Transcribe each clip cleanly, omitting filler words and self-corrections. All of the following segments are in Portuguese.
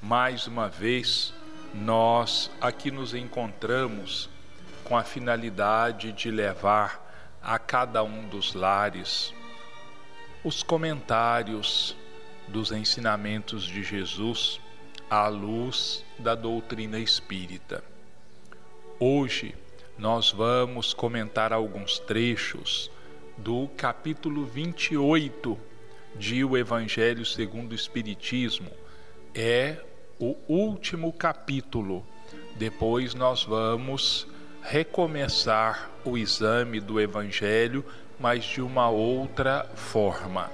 mais uma vez, nós aqui nos encontramos com a finalidade de levar a cada um dos lares os comentários dos ensinamentos de Jesus à luz da doutrina espírita. Hoje nós vamos comentar alguns trechos do capítulo 28 de O Evangelho segundo o Espiritismo. É o último capítulo. Depois nós vamos recomeçar o exame do Evangelho, mas de uma outra forma.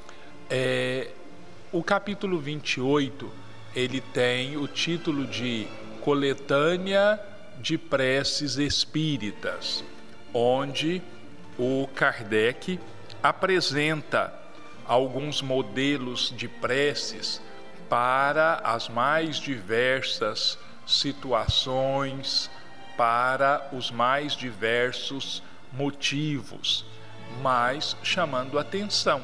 O capítulo 28, ele tem o título de Coletânea de Preces Espíritas, onde o Kardec apresenta alguns modelos de preces para as mais diversas situações, para os mais diversos motivos, mas chamando atenção.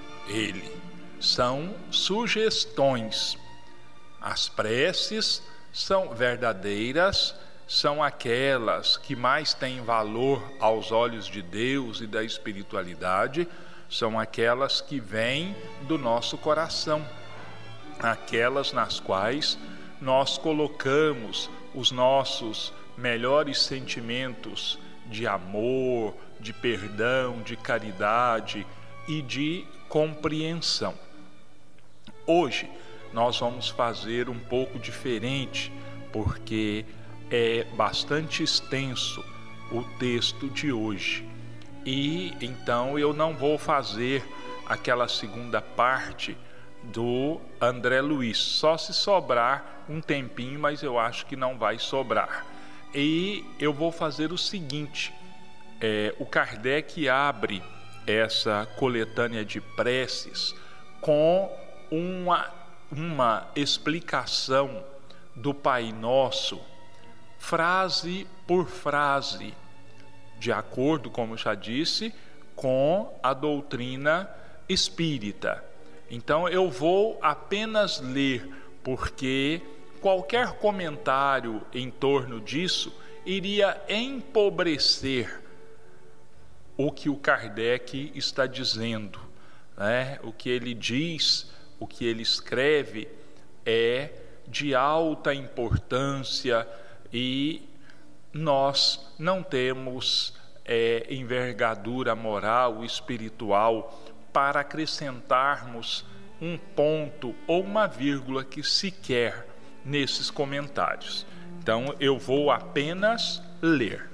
São sugestões. As preces são verdadeiras, são aquelas que mais têm valor aos olhos de Deus e da espiritualidade, são aquelas que vêm do nosso coração, aquelas nas quais nós colocamos os nossos melhores sentimentos de amor, de perdão, de caridade e de compreensão. Hoje nós vamos fazer um pouco diferente, porque é bastante extenso o texto de hoje. E então eu não vou fazer aquela segunda parte do André Luiz, só se sobrar um tempinho, mas eu acho que não vai sobrar. E eu vou fazer o seguinte: o Kardec abre essa coletânea de preces com uma explicação do Pai Nosso, frase por frase, de acordo, como eu já disse, com a doutrina espírita. Então eu vou apenas ler, porque qualquer comentário em torno disso iria empobrecer o que o Kardec está dizendo, né? O que ele diz, o que ele escreve é de alta importância e nós não temos envergadura moral, espiritual, para acrescentarmos um ponto ou uma vírgula que sequer nesses comentários. Então eu vou apenas ler.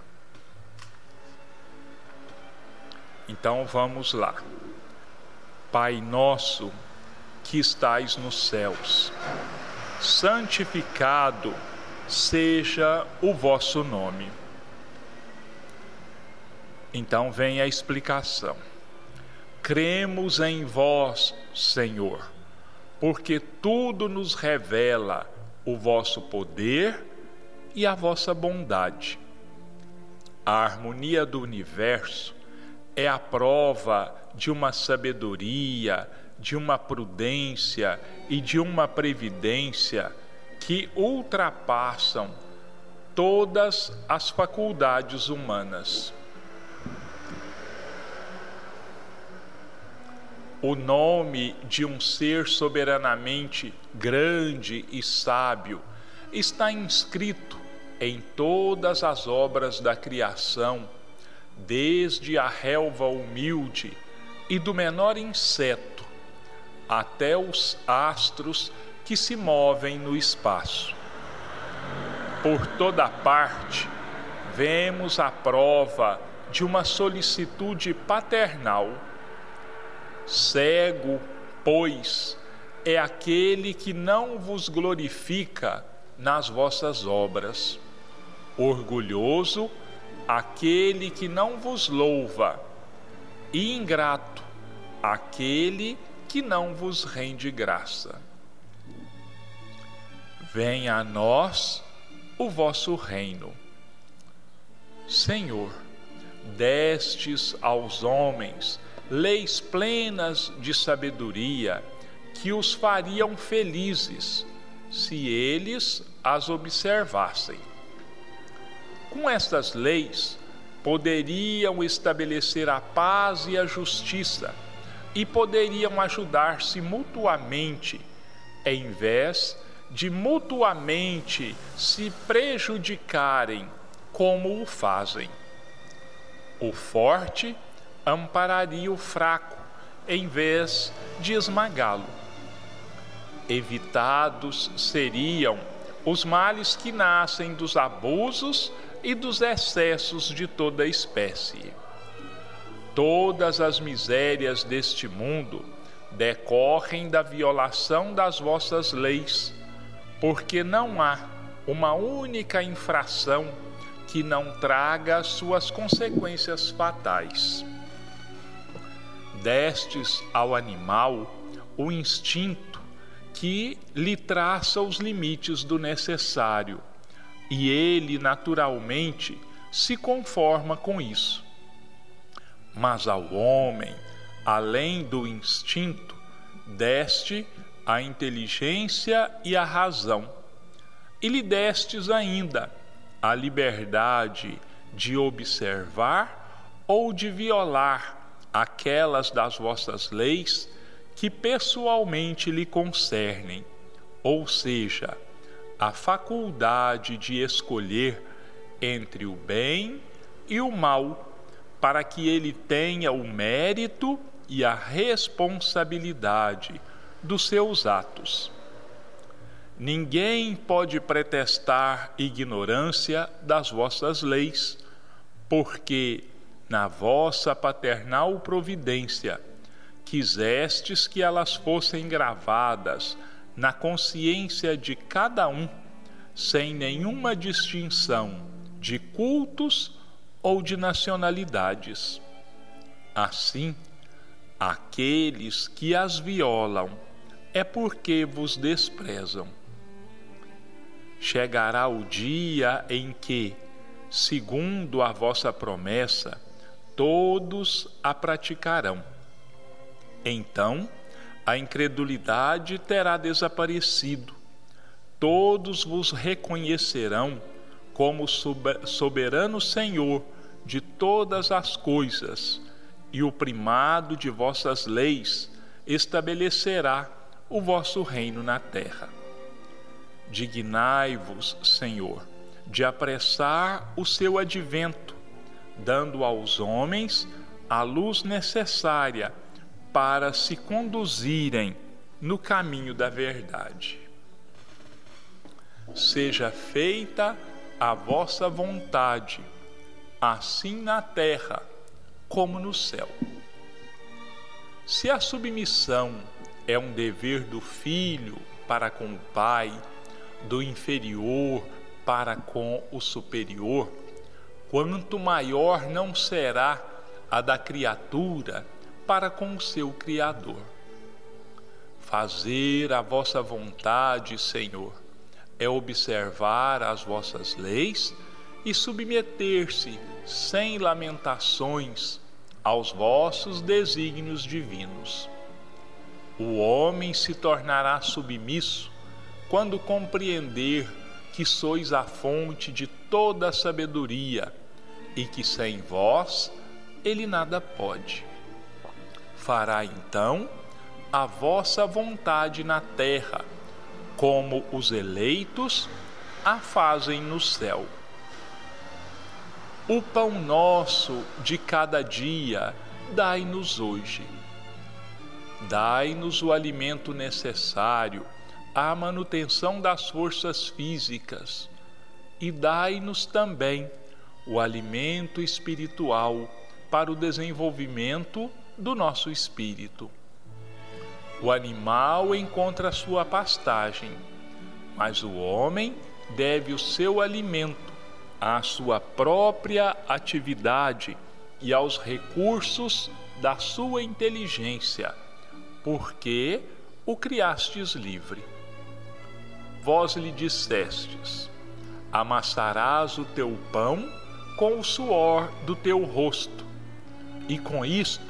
Então vamos lá. Pai nosso que estais nos céus, santificado seja o vosso nome. Então vem a explicação. Cremos em vós, Senhor, porque tudo nos revela o vosso poder e a vossa bondade. A harmonia do universo é a prova de uma sabedoria, de uma prudência e de uma previdência que ultrapassam todas as faculdades humanas. O nome de um ser soberanamente grande e sábio está inscrito em todas as obras da criação, desde a relva humilde e do menor inseto até os astros que se movem no espaço. Por toda parte, vemos a prova de uma solicitude paternal. Cego, pois, é aquele que não vos glorifica nas vossas obras. Orgulhoso, aquele que não vos louva. E ingrato, aquele que não vos rende graça. Venha a nós o vosso reino. Senhor, destes aos homens leis plenas de sabedoria que os fariam felizes, se eles as observassem. Com estas leis, poderiam estabelecer a paz e a justiça e poderiam ajudar-se mutuamente, em vez de mutuamente se prejudicarem como o fazem. O forte ampararia o fraco, em vez de esmagá-lo. Evitados seriam os males que nascem dos abusos e dos excessos de toda espécie. Todas as misérias deste mundo decorrem da violação das vossas leis, porque não há uma única infração que não traga suas consequências fatais. Destes ao animal o instinto que lhe traça os limites do necessário, e ele naturalmente se conforma com isso. Mas ao homem, além do instinto, deste a inteligência e a razão, e lhe destes ainda a liberdade de observar ou de violar aquelas das vossas leis que pessoalmente lhe concernem, ou seja, a faculdade de escolher entre o bem e o mal, para que ele tenha o mérito e a responsabilidade dos seus atos. Ninguém pode pretextar ignorância das vossas leis, porque, na vossa paternal providência, quisestes que elas fossem gravadas na consciência de cada um, sem nenhuma distinção de cultos ou de nacionalidades. Assim, aqueles que as violam é porque vos desprezam. Chegará o dia em que, segundo a vossa promessa, todos a praticarão. Então, a incredulidade terá desaparecido. Todos vos reconhecerão como soberano Senhor de todas as coisas, e o primado de vossas leis estabelecerá o vosso reino na terra. Dignai-vos, Senhor, de apressar o seu advento, dando aos homens a luz necessária para se conduzirem no caminho da verdade. Seja feita a vossa vontade, assim na terra como no céu. Se a submissão é um dever do filho para com o pai, do inferior para com o superior, quanto maior não será a da criatura para com o seu Criador. Fazer a vossa vontade, Senhor, é observar as vossas leis e submeter-se sem lamentações aos vossos desígnios divinos. O homem se tornará submisso quando compreender que sois a fonte de toda a sabedoria e que sem vós ele nada pode. Fará então a vossa vontade na terra, como os eleitos a fazem no céu. O pão nosso de cada dia dai-nos hoje. Dai-nos o alimento necessário à manutenção das forças físicas e dai-nos também o alimento espiritual para o desenvolvimento do nosso espírito. O animal encontra sua pastagem, mas o homem deve o seu alimento à sua própria atividade e aos recursos da sua inteligência, porque o criastes livre. Vós lhe dissestes: amassarás o teu pão com o suor do teu rosto, e com isto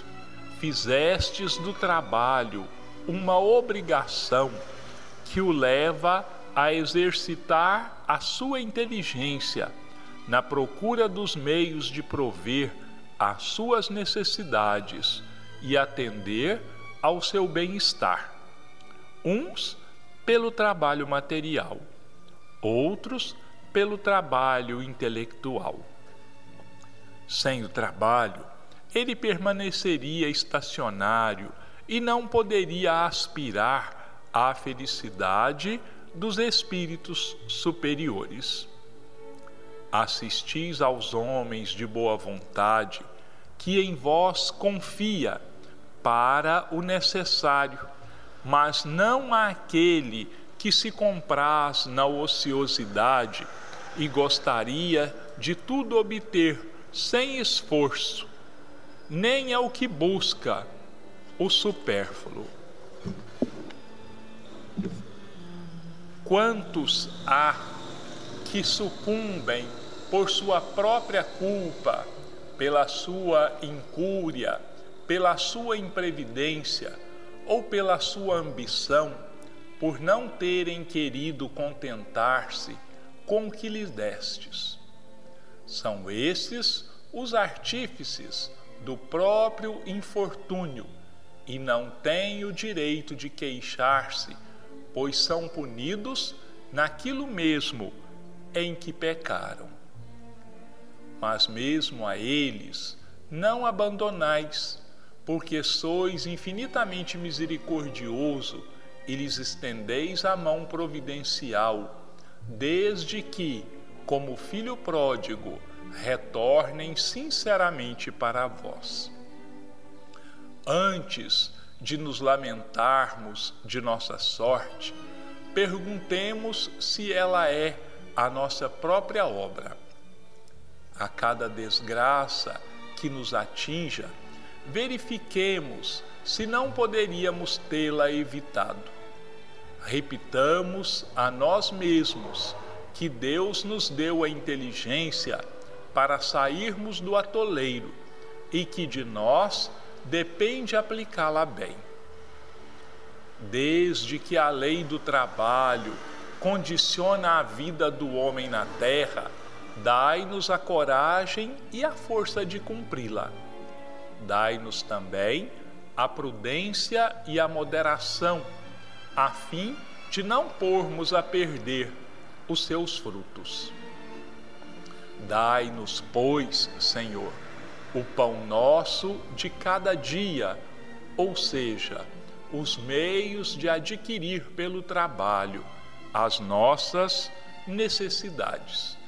fizestes do trabalho uma obrigação que o leva a exercitar a sua inteligência na procura dos meios de prover às suas necessidades e atender ao seu bem-estar. Uns pelo trabalho material, outros pelo trabalho intelectual. Sem o trabalho, ele permaneceria estacionário e não poderia aspirar à felicidade dos espíritos superiores. Assistis aos homens de boa vontade, que em vós confia para o necessário, mas não àquele que se compraz na ociosidade e gostaria de tudo obter sem esforço, nem é o que busca o supérfluo. Quantos há que sucumbem por sua própria culpa, pela sua incúria, pela sua imprevidência ou pela sua ambição, por não terem querido contentar-se com o que lhes destes. São esses os artífices do próprio infortúnio e não têm o direito de queixar-se, pois são punidos naquilo mesmo em que pecaram. Mas mesmo a eles não abandonais, porque sois infinitamente misericordioso e lhes estendeis a mão providencial, desde que, como filho pródigo, retornem sinceramente para vós. Antes de nos lamentarmos de nossa sorte, perguntemos se ela é a nossa própria obra. A cada desgraça que nos atinja, verifiquemos se não poderíamos tê-la evitado. Repitamos a nós mesmos que Deus nos deu a inteligência para sairmos do atoleiro e que de nós depende aplicá-la bem. Desde que a lei do trabalho condiciona a vida do homem na terra, dai-nos a coragem e a força de cumpri-la. Dai-nos também a prudência e a moderação, a fim de não pormos a perder os seus frutos. Dai-nos, pois, Senhor, o pão nosso de cada dia, ou seja, os meios de adquirir pelo trabalho as nossas necessidades.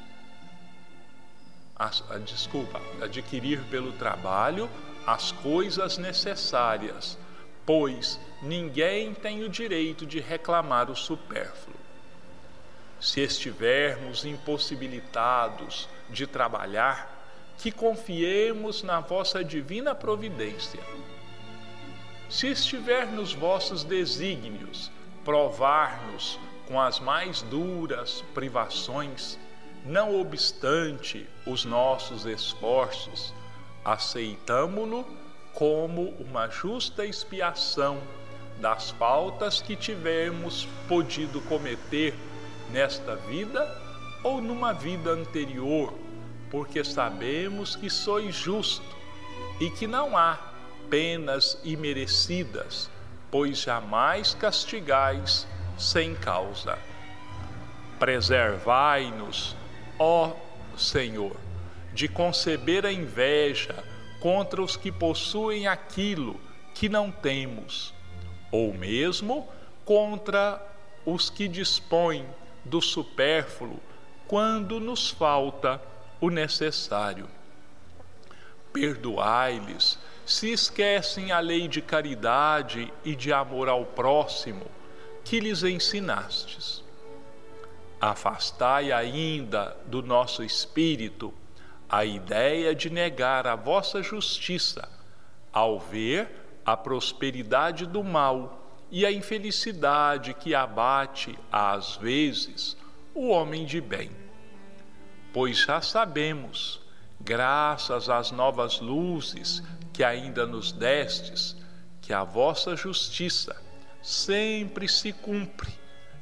Adquirir pelo trabalho as coisas necessárias, pois ninguém tem o direito de reclamar o supérfluo. Se estivermos impossibilitados de trabalhar, que confiemos na vossa divina providência. Se estiver nos vossos desígnios provar-nos com as mais duras privações, não obstante os nossos esforços, aceitamo-lo como uma justa expiação das faltas que tivermos podido cometer nesta vida ou numa vida anterior, porque sabemos que sois justo e que não há penas imerecidas, pois jamais castigais sem causa. Preservai-nos, ó Senhor, de conceber a inveja contra os que possuem aquilo que não temos, ou mesmo contra os que dispõem do supérfluo quando nos falta o necessário. Perdoai-lhes se esquecem a lei de caridade e de amor ao próximo que lhes ensinastes. Afastai ainda do nosso espírito a ideia de negar a vossa justiça ao ver a prosperidade do mal e a infelicidade que abate, às vezes, o homem de bem. Pois já sabemos, graças às novas luzes que ainda nos destes, que a vossa justiça sempre se cumpre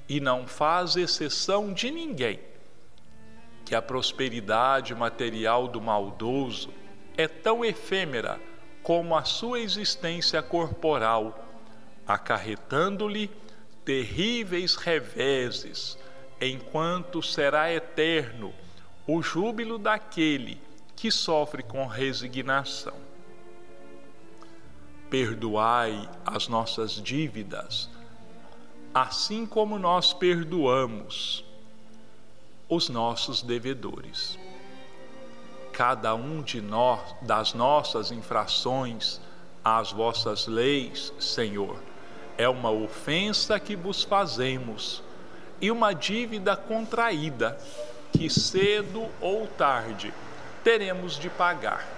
e não faz exceção de ninguém, que a prosperidade material do maldoso é tão efêmera como a sua existência corporal, acarretando-lhe terríveis reveses, enquanto será eterno o júbilo daquele que sofre com resignação. Perdoai as nossas dívidas, assim como nós perdoamos os nossos devedores. Cada um de nós, das nossas infrações às vossas leis, Senhor, é uma ofensa que vos fazemos e uma dívida contraída que cedo ou tarde teremos de pagar.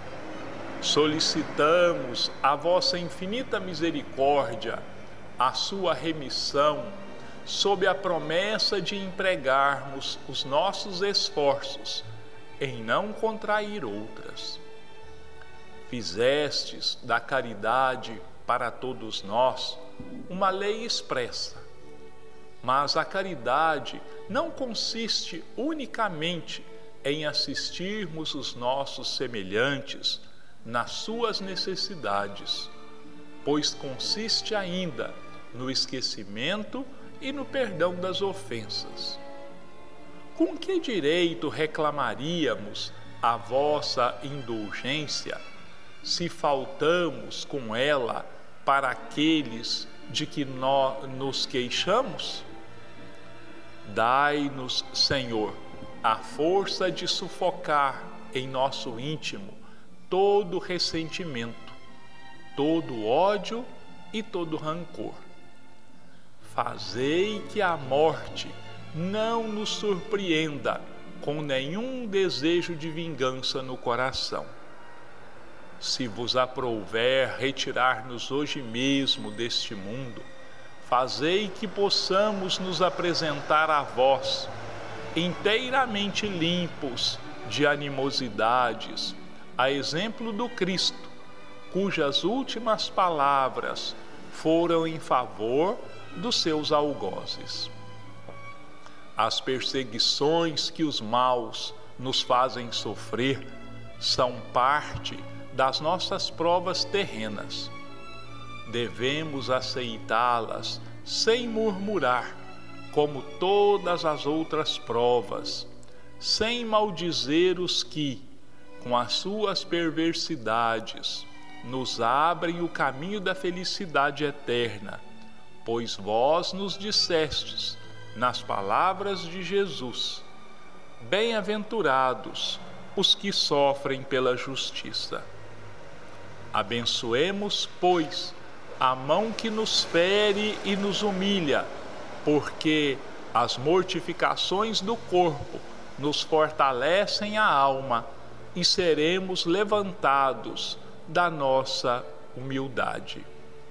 Solicitamos a vossa infinita misericórdia, a sua remissão, sob a promessa de empregarmos os nossos esforços em não contrair outras. Fizestes da caridade para todos nós uma lei expressa, mas a caridade não consiste unicamente em assistirmos os nossos semelhantes nas suas necessidades, pois consiste ainda no esquecimento e no perdão das ofensas. Com que direito reclamaríamos a vossa indulgência se faltamos com ela para aqueles de que nós nos queixamos? Dai-nos, Senhor, a força de sufocar em nosso íntimo todo ressentimento, todo ódio e todo rancor. Fazei que a morte não nos surpreenda com nenhum desejo de vingança no coração. Se vos aprouver retirar-nos hoje mesmo deste mundo, fazei que possamos nos apresentar a vós, inteiramente limpos de animosidades, a exemplo do Cristo, cujas últimas palavras foram em favor dos seus algozes. As perseguições que os maus nos fazem sofrer são parte das nossas provas terrenas. Devemos aceitá-las sem murmurar, como todas as outras provas, sem maldizer os que, com as suas perversidades, nos abrem o caminho da felicidade eterna, pois vós nos dissestes, nas palavras de Jesus: bem-aventurados os que sofrem pela justiça. Abençoemos, pois, a mão que nos fere e nos humilha, porque as mortificações do corpo nos fortalecem a alma e seremos levantados da nossa humildade.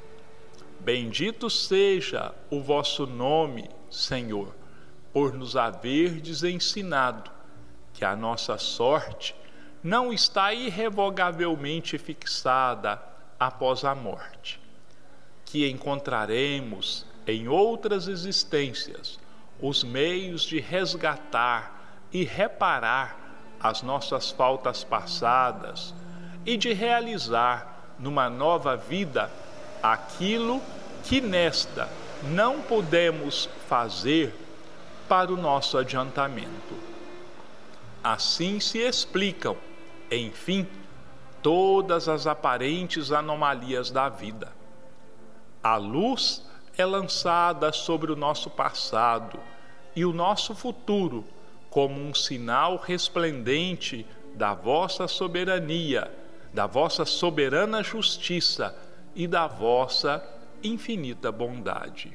Bendito seja o vosso nome, Senhor, por nos haverdes ensinado que a nossa sorte não está irrevogavelmente fixada após a morte, que encontraremos em outras existências os meios de resgatar e reparar as nossas faltas passadas e de realizar numa nova vida aquilo que nesta não podemos fazer para o nosso adiantamento. Assim se explicam, enfim, todas as aparentes anomalias da vida. A luz é lançada sobre o nosso passado e o nosso futuro como um sinal resplendente da vossa soberania, da vossa soberana justiça e da vossa infinita bondade.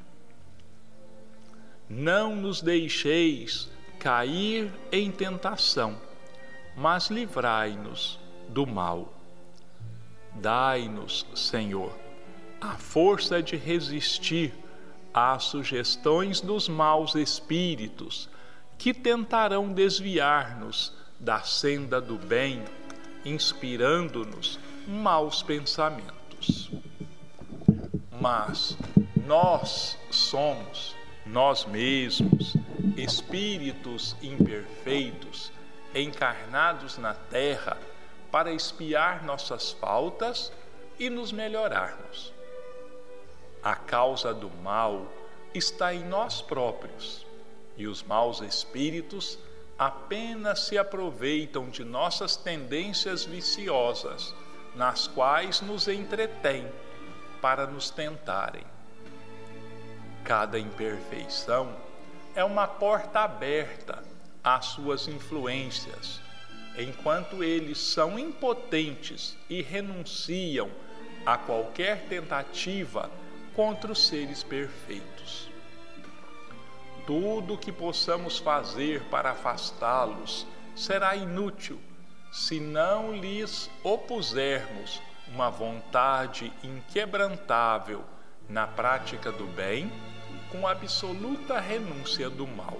Não nos deixeis cair em tentação, mas livrai-nos do mal. Dai-nos, Senhor, a força de resistir às sugestões dos maus espíritos que tentarão desviar-nos da senda do bem, inspirando-nos maus pensamentos. Mas nós somos nós mesmos, espíritos imperfeitos, encarnados na terra, para expiar nossas faltas e nos melhorarmos. A causa do mal está em nós próprios, e os maus espíritos apenas se aproveitam de nossas tendências viciosas, nas quais nos entretêm para nos tentarem. Cada imperfeição é uma porta aberta às suas influências, enquanto eles são impotentes e renunciam a qualquer tentativa contra os seres perfeitos. Tudo o que possamos fazer para afastá-los será inútil se não lhes opusermos uma vontade inquebrantável na prática do bem, com absoluta renúncia do mal.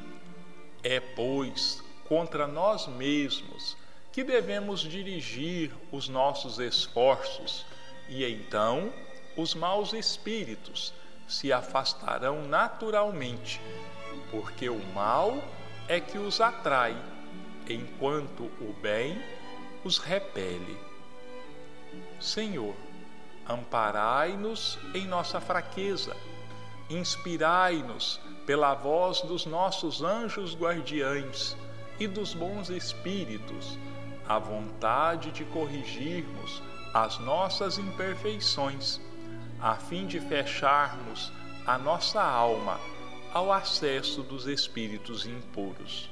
É, pois, contra nós mesmos que devemos dirigir os nossos esforços, e então os maus espíritos se afastarão naturalmente, porque o mal é que os atrai, enquanto o bem os repele. Senhor, amparai-nos em nossa fraqueza, inspirai-nos pela voz dos nossos anjos guardiães e dos bons espíritos, a vontade de corrigirmos as nossas imperfeições, a fim de fecharmos a nossa alma ao acesso dos espíritos impuros.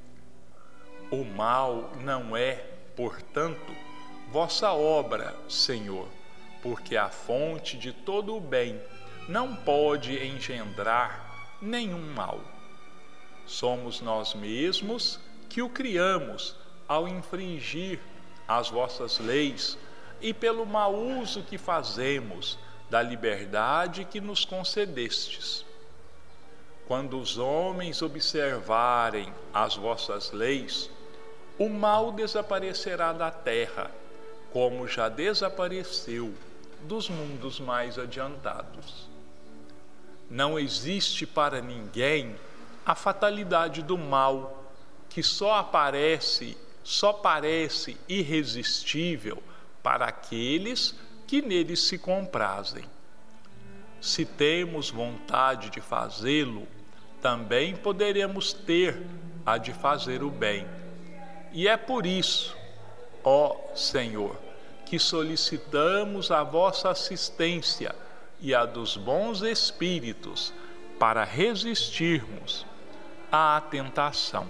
O mal não é, portanto, vossa obra, Senhor, porque a fonte de todo o bem não pode engendrar nenhum mal. Somos nós mesmos que o criamos ao infringir as vossas leis e pelo mau uso que fazemos da liberdade que nos concedestes. Quando os homens observarem as vossas leis, o mal desaparecerá da terra, como já desapareceu dos mundos mais adiantados. Não existe para ninguém a fatalidade do mal, que só parece irresistível para aqueles que neles se comprazem. Se temos vontade de fazê-lo, também poderemos ter a de fazer o bem. E é por isso, ó Senhor, que solicitamos a vossa assistência e a dos bons espíritos para resistirmos à tentação.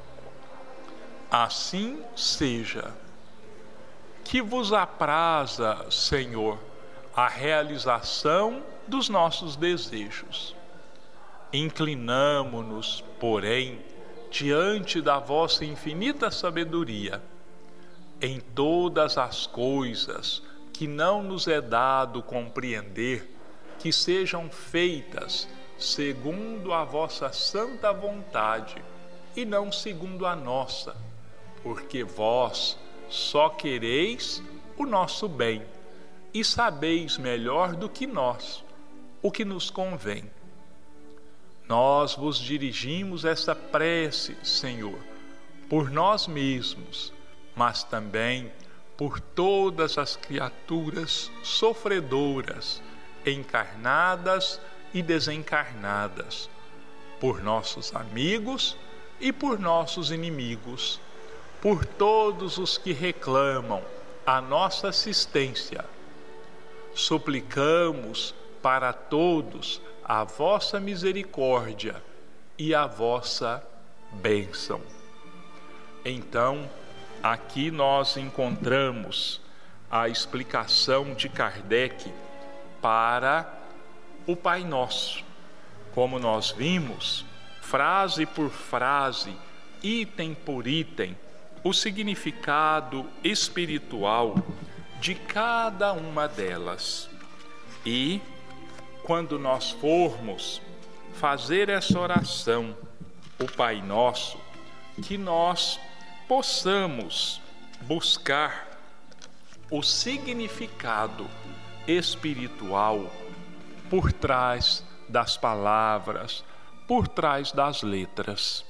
Assim seja. Que vos apraza, Senhor, a realização dos nossos desejos. Inclinamo-nos, porém, diante da vossa infinita sabedoria, em todas as coisas que não nos é dado compreender, que sejam feitas segundo a vossa santa vontade e não segundo a nossa, porque vós só quereis o nosso bem e sabeis melhor do que nós o que nos convém. Nós vos dirigimos esta prece, Senhor, por nós mesmos, mas também por todas as criaturas sofredoras, encarnadas e desencarnadas, por nossos amigos e por nossos inimigos, por todos os que reclamam a nossa assistência. Suplicamos para todos a vossa misericórdia e a vossa bênção. Então, aqui nós encontramos a explicação de Kardec para o Pai Nosso. Como nós vimos, frase por frase, item por item, o significado espiritual de cada uma delas. E, quando nós formos fazer essa oração, o Pai Nosso, que nós possamos buscar o significado espiritual por trás das palavras, por trás das letras.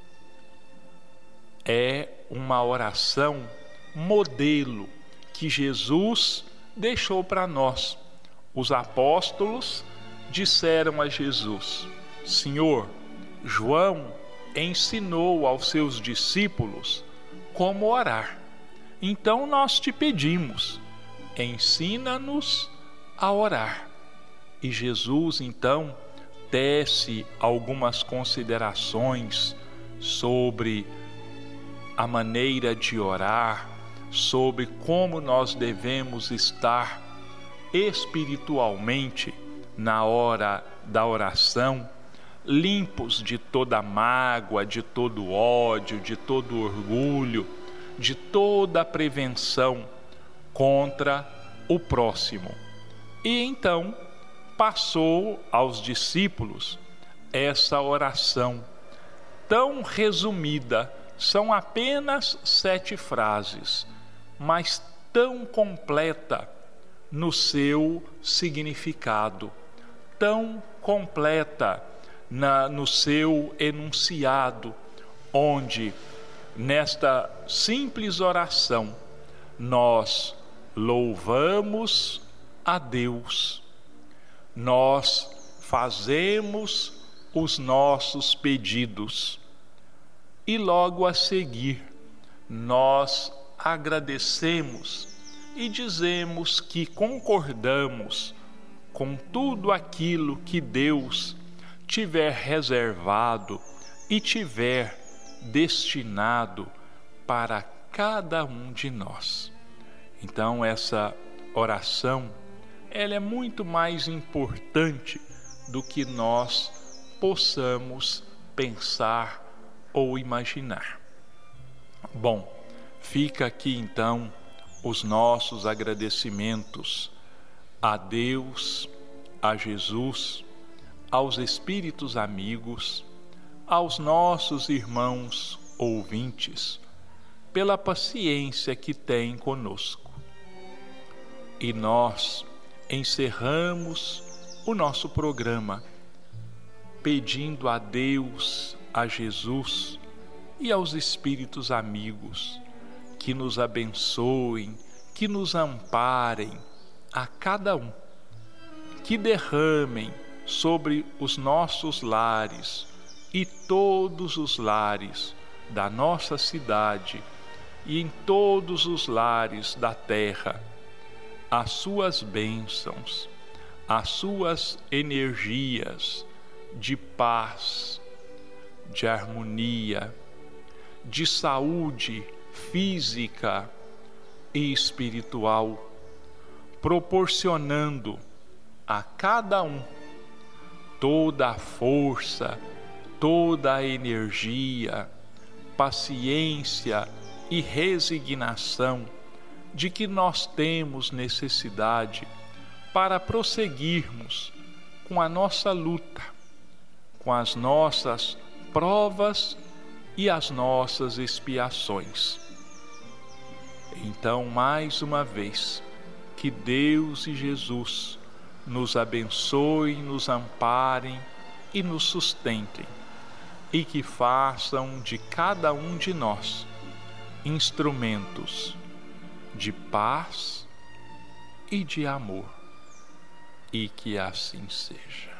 É uma oração modelo que Jesus deixou para nós. Os apóstolos disseram a Jesus: Senhor, João ensinou aos seus discípulos como orar. Então nós te pedimos, ensina-nos a orar. E Jesus então tece algumas considerações sobre a maneira de orar, sobre como nós devemos estar espiritualmente na hora da oração, limpos de toda mágoa, de todo ódio, de todo orgulho, de toda prevenção contra o próximo. E então passou aos discípulos essa oração tão resumida, são apenas 7 frases, mas tão completa no seu significado, tão completa no seu enunciado, onde nesta simples oração nós louvamos a Deus, nós fazemos os nossos pedidos e logo a seguir nós agradecemos e dizemos que concordamos com tudo aquilo que Deus tiver reservado e tiver destinado para cada um de nós. Então essa oração, ela é muito mais importante do que nós possamos pensar ou imaginar. Bom, fica aqui então os nossos agradecimentos a Deus, a Jesus, aos espíritos amigos, aos nossos irmãos ouvintes, pela paciência que têm conosco. E nós encerramos o nosso programa pedindo a Deus, a Jesus e aos espíritos amigos que nos abençoem, que nos amparem a cada um, que derramem sobre os nossos lares e todos os lares da nossa cidade e em todos os lares da terra as suas bênçãos, as suas energias de paz, de harmonia, de saúde física e espiritual, proporcionando a cada um toda a força, toda a energia, paciência e resignação de que nós temos necessidade para prosseguirmos com a nossa luta, com as nossas provas e as nossas expiações. Então, mais uma vez, que Deus e Jesus nos abençoem, nos amparem e nos sustentem, e que façam de cada um de nós instrumentos de paz e de amor, e que assim seja.